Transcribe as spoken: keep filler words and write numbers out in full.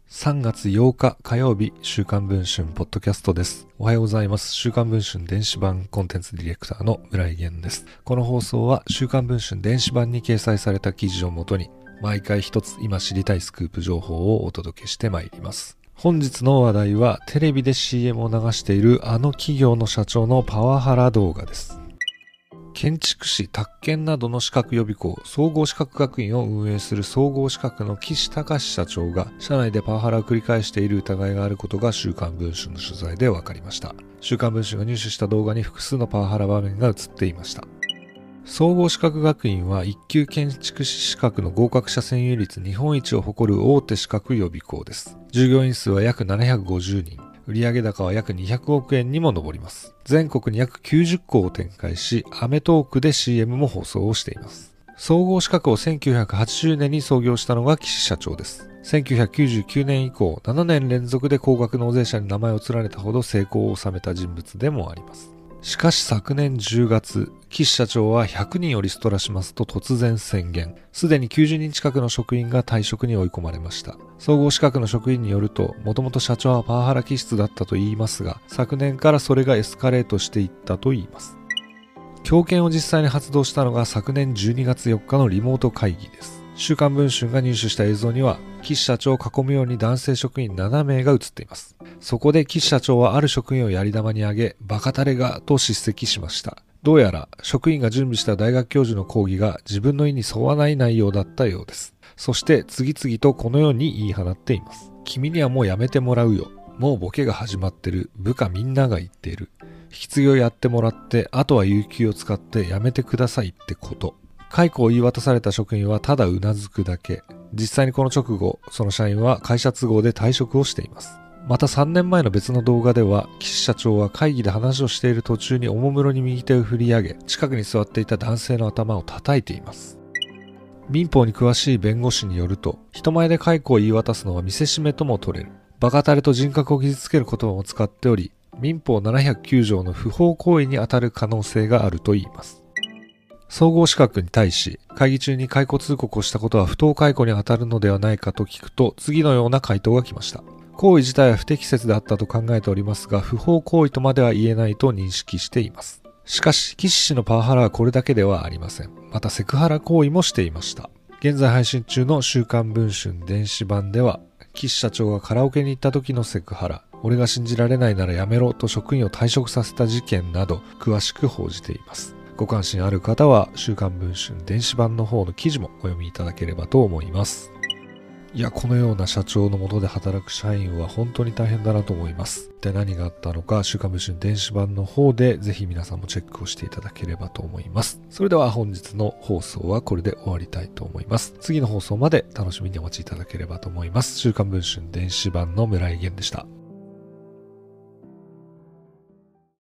さんがつようか火曜日、週刊文春ポッドキャストです。おはようございます。週刊文春電子版コンテンツディレクターの村井源です。この放送は週刊文春電子版に掲載された記事をもとに、毎回一つ今知りたいスクープ情報をお届けしてまいります。本日の話題はテレビで シーエム を流しているあの企業の社長のパワハラ動画です。建築士、宅建などの資格予備校、総合資格学院を運営する総合資格の岸隆社長が社内でパワハラを繰り返している疑いがあることが週刊文春の取材で分かりました。週刊文春が入手した動画に複数のパワハラ場面が映っていました。総合資格学院は一級建築士資格の合格者占有率日本一を誇る大手資格予備校です。従業員数は約ななひゃくごじゅうにん。売上高は約にひゃくおくえんにも上ります。全国に約きゅうじゅっこうを展開し、アメトーークで シーエム も放送をしています。総合資格をせんきゅうひゃくはちじゅうねんに創業したのが岸社長です。せんきゅうひゃくきゅうじゅうきゅうねん以降、ななねん連続で高額納税者に名前を連ねたほど成功を収めた人物でもあります。しかし昨年じゅうがつ、岸社長はひゃくにんをリストラしますと突然宣言。すでにきゅうじゅうにん近くの職員が退職に追い込まれました。総合資格の職員によると、もともと社長はパワハラ気質だったと言いますが、昨年からそれがエスカレートしていったと言います。強権を実際に発動したのが昨年じゅうにがつよっかのリモート会議です。週刊文春が入手した映像には、岸社長を囲むように男性職員ななめいが映っています。そこで岸社長はある職員をやり玉に挙げ、バカタレがと叱責しました。どうやら職員が準備した大学教授の講義が自分の意に沿わない内容だったようです。そして次々とこのように言い放っています。君にはもうやめてもらうよ。もうボケが始まってる。部下みんなが言っている。引き継ぎをやってもらって、あとは有給を使ってやめてくださいってこと。解雇を言い渡された職員はただうなずくだけ。実際にこの直後、その社員は会社都合で退職をしています。またさんねんまえの別の動画では、岸社長は会議で話をしている途中におもむろに右手を振り上げ、近くに座っていた男性の頭を叩いています。民法に詳しい弁護士によると、人前で解雇を言い渡すのは見せしめとも取れる。バカタレと人格を傷つける言葉も使っており、民法ななひゃくきゅうじょうの不法行為に当たる可能性があるといいます。総合資格に対し、会議中に解雇通告をしたことは不当解雇に当たるのではないかと聞くと、次のような回答が来ました。行為自体は不適切であったと考えておりますが、不法行為とまでは言えないと認識しています。しかし、岸氏のパワハラはこれだけではありません。またセクハラ行為もしていました。現在配信中の週刊文春電子版では、岸社長がカラオケに行った時のセクハラ、俺が信じられないならやめろと職員を退職させた事件など、詳しく報じています。ご関心ある方は、週刊文春電子版の方の記事もお読みいただければと思います。いや、このような社長の下で働く社員は本当に大変だなと思います。一体何があったのか、週刊文春電子版の方でぜひ皆さんもチェックをしていただければと思います。それでは本日の放送はこれで終わりたいと思います。次の放送まで楽しみにお待ちいただければと思います。週刊文春電子版の村井源でした。